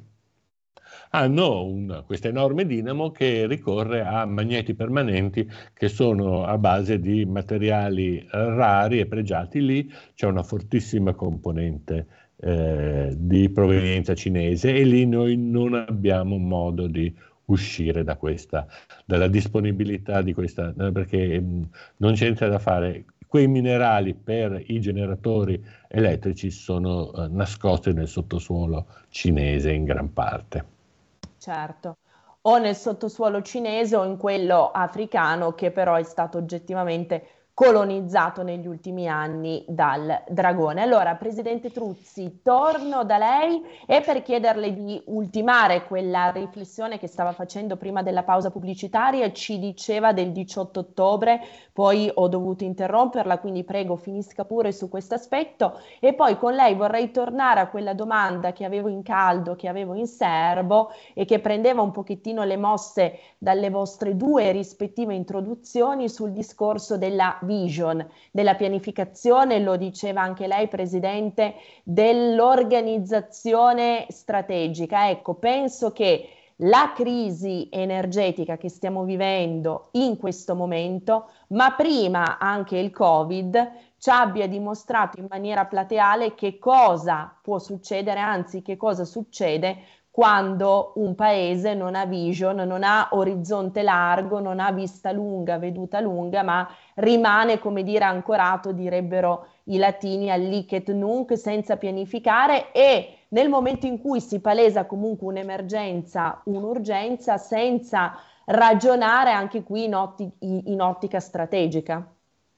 Hanno questo enorme dinamo che ricorre a magneti permanenti che sono a base di materiali rari e pregiati. Lì c'è una fortissima componente di provenienza cinese, e lì noi non abbiamo modo di uscire dalla disponibilità di questa, perché non c'è niente da fare. Quei minerali per i generatori elettrici sono nascosti nel sottosuolo cinese in gran parte. Certo, o nel sottosuolo cinese o in quello africano, che però è stato oggettivamente colonizzato negli ultimi anni dal dragone. Allora, Presidente Truzzi, torno da lei e per chiederle di ultimare quella riflessione che stava facendo prima della pausa pubblicitaria. Ci diceva del 18 ottobre, poi ho dovuto interromperla, quindi prego finisca pure su questo aspetto, e poi con lei vorrei tornare a quella domanda che avevo in caldo, che avevo in serbo e che prendeva un pochettino le mosse dalle vostre due rispettive introduzioni sul discorso della vision, della pianificazione, lo diceva anche lei Presidente, dell'organizzazione strategica. Ecco, penso che la crisi energetica che stiamo vivendo in questo momento, ma prima anche il Covid, ci abbia dimostrato in maniera plateale che cosa può succedere, anzi che cosa succede quando un paese non ha vision, non ha orizzonte largo, non ha vista lunga, veduta lunga, ma rimane, come dire, ancorato, direbbero i latini, al licet et nunc, senza pianificare, e nel momento in cui si palesa comunque un'emergenza, un'urgenza, senza ragionare anche qui in ottica strategica.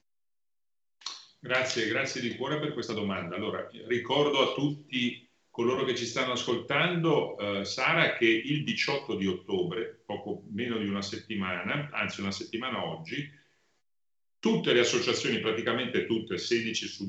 Grazie di cuore per questa domanda. Allora, ricordo a tutti coloro che ci stanno ascoltando, Sara, che il 18 di ottobre, poco meno di una settimana, anzi una settimana oggi, tutte le associazioni, praticamente tutte, 16 su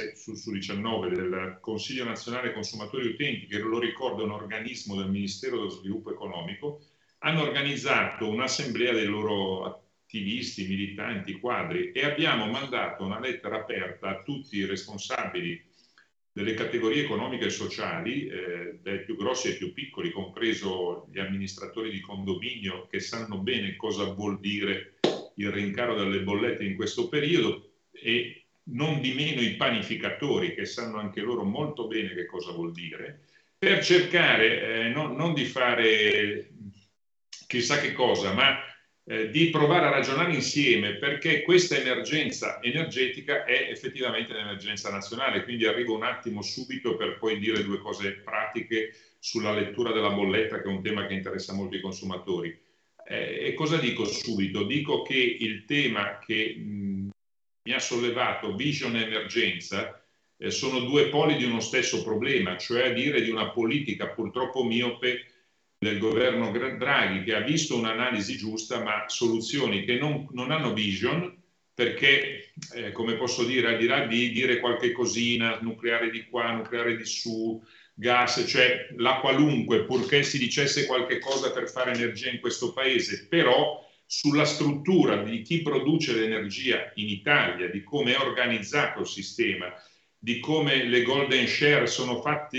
19 del Consiglio Nazionale Consumatori Utenti, che lo ricordo è un organismo del Ministero dello Sviluppo Economico, hanno organizzato un'assemblea dei loro attivisti, militanti, quadri, e abbiamo mandato una lettera aperta a tutti i responsabili delle categorie economiche e sociali, dai più grossi ai più piccoli, compreso gli amministratori di condominio, che sanno bene cosa vuol dire il rincaro delle bollette in questo periodo, e non di meno i panificatori, che sanno anche loro molto bene che cosa vuol dire, per cercare non di fare chissà che cosa, ma di provare a ragionare insieme, perché questa emergenza energetica è effettivamente un'emergenza nazionale. Quindi arrivo un attimo subito per poi dire due cose pratiche sulla lettura della bolletta, che è un tema che interessa molto i consumatori. E cosa dico subito? Dico che il tema che mi ha sollevato, vision e emergenza, sono due poli di uno stesso problema, cioè a dire di una politica purtroppo miope del governo Draghi, che ha visto un'analisi giusta ma soluzioni che non hanno vision, perché come posso dire, al di là di dire qualche cosina, nucleare di qua, nucleare di su, gas, cioè la qualunque, purché si dicesse qualche cosa per fare energia in questo paese, però sulla struttura di chi produce l'energia in Italia, di come è organizzato il sistema, di come le golden share sono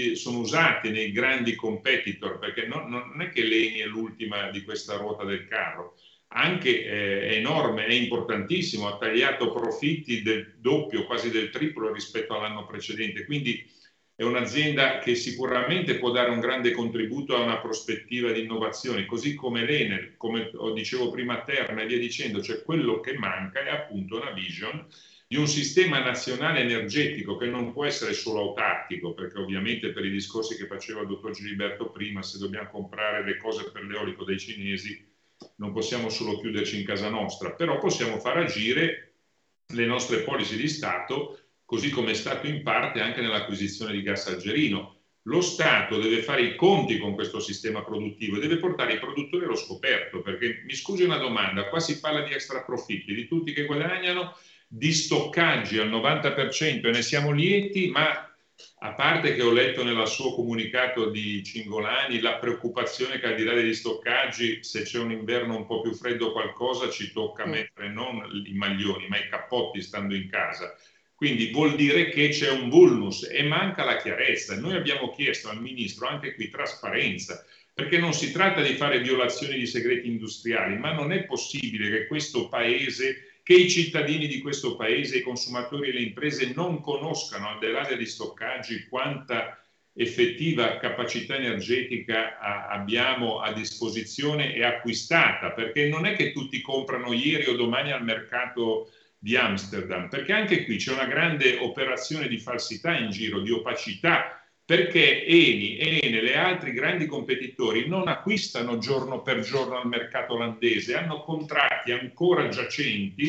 usate nei grandi competitor, perché non è che l'Eni è l'ultima di questa ruota del carro, anche è enorme, è importantissimo, ha tagliato profitti del doppio, quasi del triplo rispetto all'anno precedente, quindi è un'azienda che sicuramente può dare un grande contributo a una prospettiva di innovazione, così come l'Enel, come dicevo prima, Terna e via dicendo. Cioè quello che manca è appunto una vision di un sistema nazionale energetico che non può essere solo autarchico, perché ovviamente per i discorsi che faceva il dottor Giliberto prima, se dobbiamo comprare le cose per l'eolico dai cinesi non possiamo solo chiuderci in casa nostra, però possiamo far agire le nostre policy di Stato, così come è stato in parte anche nell'acquisizione di gas algerino. Lo Stato deve fare i conti con questo sistema produttivo e deve portare i produttori allo scoperto, perché mi scusi una domanda, qua si parla di extra profitti, di tutti che guadagnano, di stoccaggi al 90% e ne siamo lieti, ma a parte che ho letto nel suo comunicato di Cingolani la preoccupazione che al di là degli stoccaggi, se c'è un inverno un po' più freddo qualcosa ci tocca mettere non i maglioni ma i cappotti stando in casa. Quindi vuol dire che c'è un vulnus e manca la chiarezza. Noi abbiamo chiesto al Ministro anche qui trasparenza, perché non si tratta di fare violazioni di segreti industriali, ma non è possibile che questo Paese, che i cittadini di questo Paese, i consumatori e le imprese non conoscano, al di là degli stoccaggi, quanta effettiva capacità energetica abbiamo a disposizione e acquistata, perché non è che tutti comprano ieri o domani al mercato di Amsterdam, perché anche qui c'è una grande operazione di falsità in giro, di opacità, perché Eni, Enel e altri grandi competitori non acquistano giorno per giorno al mercato olandese, hanno contratti ancora giacenti,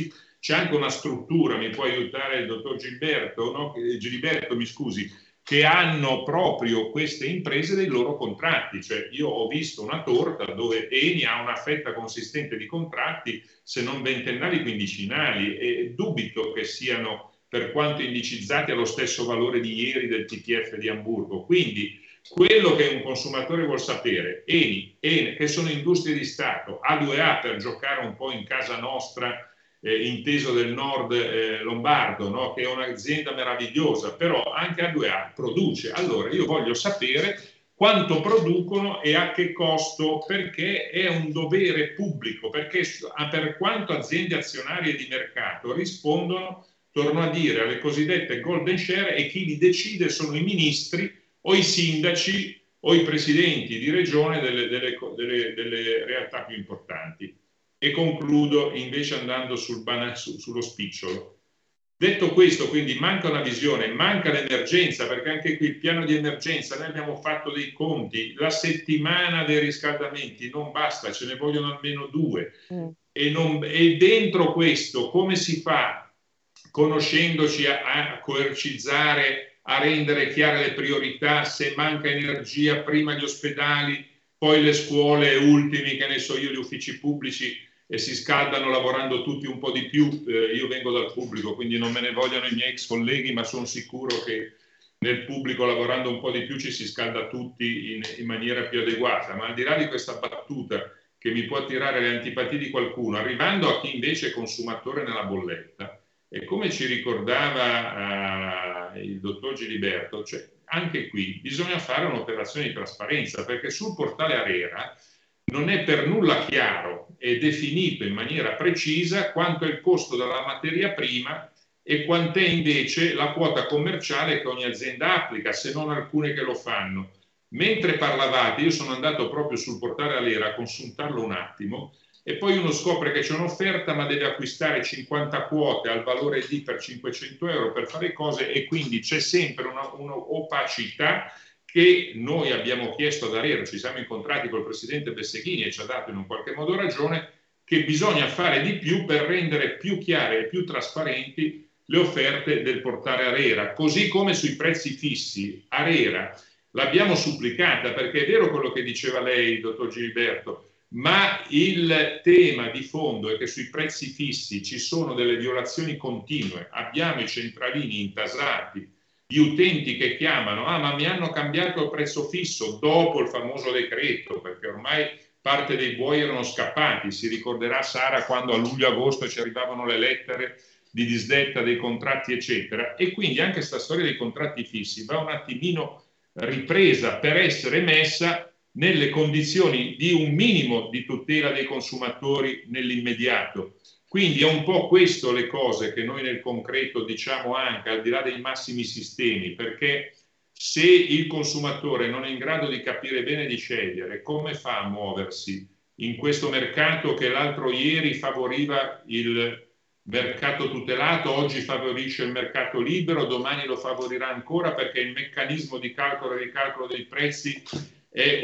c'è anche una struttura, mi può aiutare il dottor Giliberto, no? Giliberto, mi scusi, che hanno proprio queste imprese dei loro contratti. Cioè io ho visto una torta dove Eni ha una fetta consistente di contratti, se non ventennali, quindicinali, e dubito che siano, per quanto indicizzati, allo stesso valore di ieri del TTF di Amburgo. Quindi quello che un consumatore vuol sapere, Eni, che sono industrie di Stato, A2A per giocare un po' in casa nostra, inteso del nord lombardo, no? Che è un'azienda meravigliosa, però anche A2A produce. Allora io voglio sapere quanto producono e a che costo, perché è un dovere pubblico, perché per quanto aziende azionarie di mercato rispondono, torno a dire, alle cosiddette golden share, e chi li decide sono i ministri o i sindaci o i presidenti di regione delle realtà più importanti. E concludo invece andando sullo spicciolo. Detto questo, quindi manca una visione, manca l'emergenza, perché anche qui il piano di emergenza, noi abbiamo fatto dei conti, la settimana dei riscaldamenti non basta, ce ne vogliono almeno 2. E dentro questo come si fa, conoscendoci, a coercizzare, a rendere chiare le priorità, se manca energia prima gli ospedali, poi le scuole, ultimi, che ne so io, gli uffici pubblici, e si scaldano lavorando tutti un po' di più. Io vengo dal pubblico, quindi non me ne vogliono i miei ex colleghi, ma sono sicuro che nel pubblico, lavorando un po' di più, ci si scalda tutti in maniera più adeguata. Ma al di là di questa battuta che mi può attirare le antipatie di qualcuno, arrivando a chi invece è consumatore nella bolletta, e come ci ricordava il dottor Giliberto, cioè, anche qui bisogna fare un'operazione di trasparenza, perché sul portale ARERA non è per nulla chiaro e definito in maniera precisa quanto è il costo della materia prima e quant'è invece la quota commerciale che ogni azienda applica, se non alcune che lo fanno. Mentre parlavate, io sono andato proprio sul portale ARERA a consultarlo un attimo, e poi uno scopre che c'è un'offerta ma deve acquistare 50 quote al valore di per 500 euro per fare cose, e quindi c'è sempre un'opacità che noi abbiamo chiesto ad ARERA. Ci siamo incontrati col presidente Besseghini e ci ha dato in un qualche modo ragione, che bisogna fare di più per rendere più chiare e più trasparenti le offerte del portale ARERA, così come sui prezzi fissi. ARERA l'abbiamo supplicata, perché è vero quello che diceva lei, dottor Giliberto, ma il tema di fondo è che sui prezzi fissi ci sono delle violazioni continue. Abbiamo i centralini intasati di utenti che chiamano: ma mi hanno cambiato il prezzo fisso dopo il famoso decreto, perché ormai parte dei buoi erano scappati. Si ricorderà Sara quando a luglio-agosto ci arrivavano le lettere di disdetta dei contratti eccetera, e quindi anche questa storia dei contratti fissi va un attimino ripresa per essere messa nelle condizioni di un minimo di tutela dei consumatori nell'immediato. Quindi è un po' questo le cose che noi nel concreto diciamo, anche al di là dei massimi sistemi, perché se il consumatore non è in grado di capire bene e di scegliere, come fa a muoversi in questo mercato che l'altro ieri favoriva il mercato tutelato, oggi favorisce il mercato libero, domani lo favorirà ancora, perché il meccanismo di calcolo e ricalcolo dei prezzi è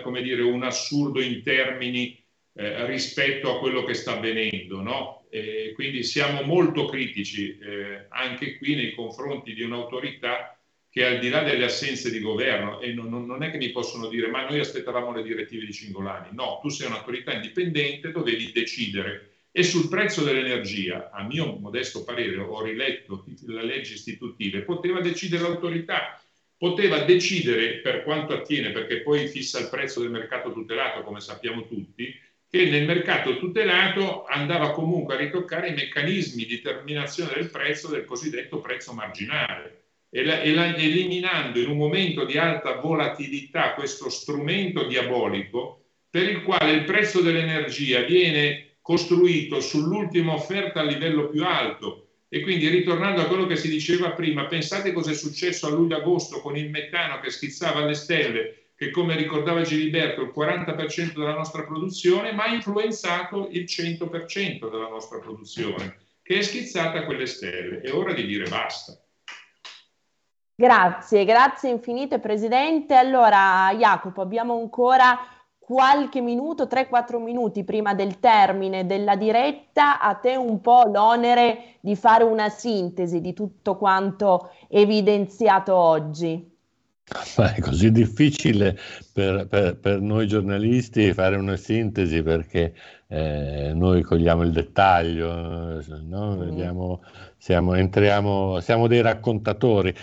un assurdo in termini rispetto a quello che sta avvenendo, no? Quindi siamo molto critici anche qui nei confronti di un'autorità che, al di là delle assenze di governo, e non è che mi possono dire ma noi aspettavamo le direttive di Cingolani. No, tu sei un'autorità indipendente, dovevi decidere. E sul prezzo dell'energia, a mio modesto parere, ho riletto le leggi istitutive, poteva decidere l'autorità, poteva decidere per quanto attiene, perché poi fissa il prezzo del mercato tutelato, come sappiamo tutti, che nel mercato tutelato andava comunque a ritoccare i meccanismi di determinazione del prezzo del cosiddetto prezzo marginale, eliminando in un momento di alta volatilità questo strumento diabolico per il quale il prezzo dell'energia viene costruito sull'ultima offerta a livello più alto. E quindi, ritornando a quello che si diceva prima, pensate cosa è successo a luglio-agosto con il metano che schizzava alle stelle, che, come ricordava Giliberto, il 40% della nostra produzione, ma ha influenzato il 100% della nostra produzione, che è schizzata a quelle stelle. È ora di dire basta. Grazie infinite Presidente. Allora Jacopo, abbiamo ancora qualche minuto, 3-4 minuti prima del termine della diretta, a te un po' l'onere di fare una sintesi di tutto quanto evidenziato oggi. Ma è così difficile per noi giornalisti fare una sintesi, perché noi cogliamo il dettaglio, no? Vediamo, siamo dei raccontatori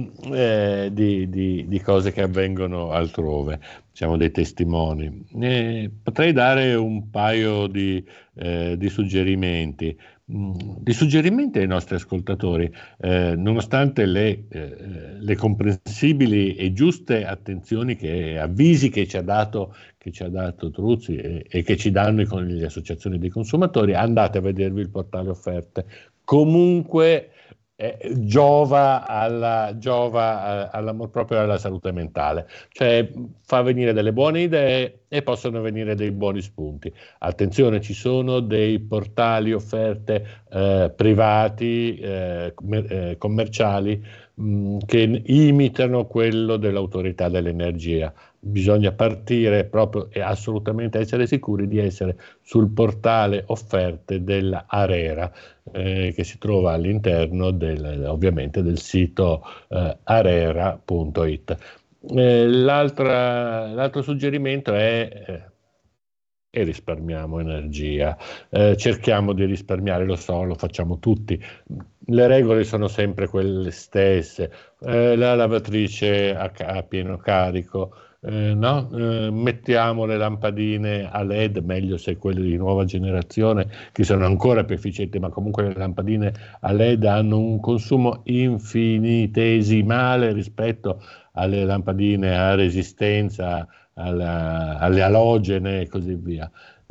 di cose che avvengono altrove, siamo dei testimoni. Potrei dare un paio di suggerimenti. Ai nostri ascoltatori, nonostante le comprensibili e giuste attenzioni avvisi che ci ha dato Truzzi e che ci danno le associazioni dei consumatori, andate a vedervi il portale offerte. Comunque giova all'amor proprio e alla salute mentale, cioè fa venire delle buone idee e possono venire dei buoni spunti. Attenzione, ci sono dei portali offerte privati, commerciali, che imitano quello dell'autorità dell'energia. Bisogna partire proprio e assolutamente essere sicuri di essere sul portale offerte della ARERA, che si trova all'interno ovviamente del sito arera.it. L'altro suggerimento è e risparmiamo energia, cerchiamo di risparmiare, lo so, lo facciamo tutti, le regole sono sempre quelle stesse, la lavatrice a pieno carico, mettiamo le lampadine a LED, meglio se quelle di nuova generazione che sono ancora più efficienti, ma comunque le lampadine a LED hanno un consumo infinitesimale rispetto alle lampadine a resistenza, alle alogene e così via.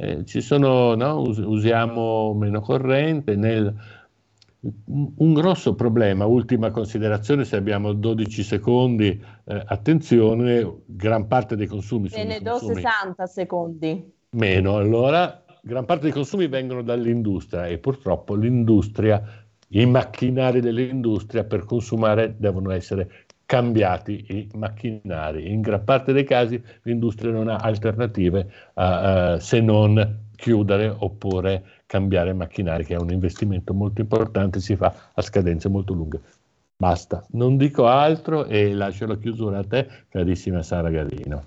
Usiamo meno corrente. Un grosso problema, ultima considerazione, se abbiamo 12 secondi, attenzione, gran parte dei consumi Te ne do 60 secondi. Meno, allora, gran parte dei consumi vengono dall'industria e purtroppo i macchinari dell'industria per consumare devono essere cambiati i macchinari. In gran parte dei casi l'industria non ha alternative se non chiudere oppure cambiare macchinari, che è un investimento molto importante, si fa a scadenze molto lunghe. Basta, non dico altro e lascio la chiusura a te, carissima Sara Garino.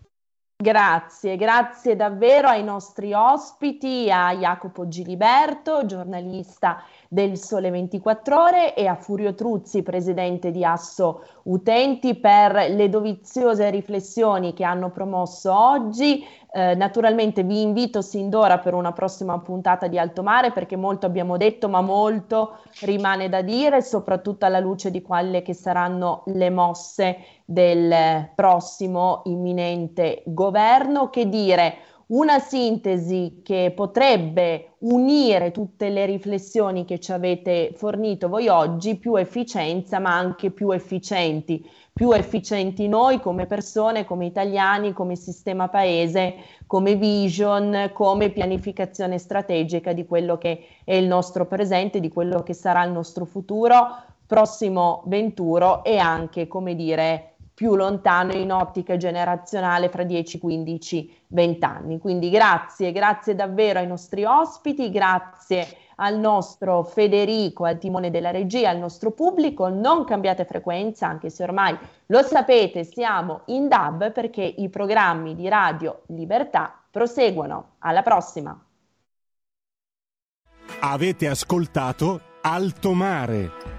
Grazie davvero ai nostri ospiti, a Jacopo Giliberto, giornalista del Sole 24 Ore, e a Furio Truzzi, presidente di Asso Utenti, per le doviziose riflessioni che hanno promosso oggi. Naturalmente vi invito sin d'ora per una prossima puntata di Alto Mare, perché molto abbiamo detto, ma molto rimane da dire, soprattutto alla luce di quelle che saranno le mosse del prossimo imminente governo. Che dire, una sintesi che potrebbe unire tutte le riflessioni che ci avete fornito voi oggi: più efficienza, ma anche più efficienti noi come persone, come italiani, come sistema paese, come vision, come pianificazione strategica di quello che è il nostro presente, di quello che sarà il nostro futuro prossimo venturo e anche, come dire, più lontano in ottica generazionale fra 10, 15, 20 anni. Quindi grazie davvero ai nostri ospiti, grazie al nostro Federico al timone della regia, al nostro pubblico. Non cambiate frequenza, anche se ormai lo sapete, siamo in DAB, perché i programmi di Radio Libertà proseguono. Alla prossima. Avete ascoltato Alto Mare.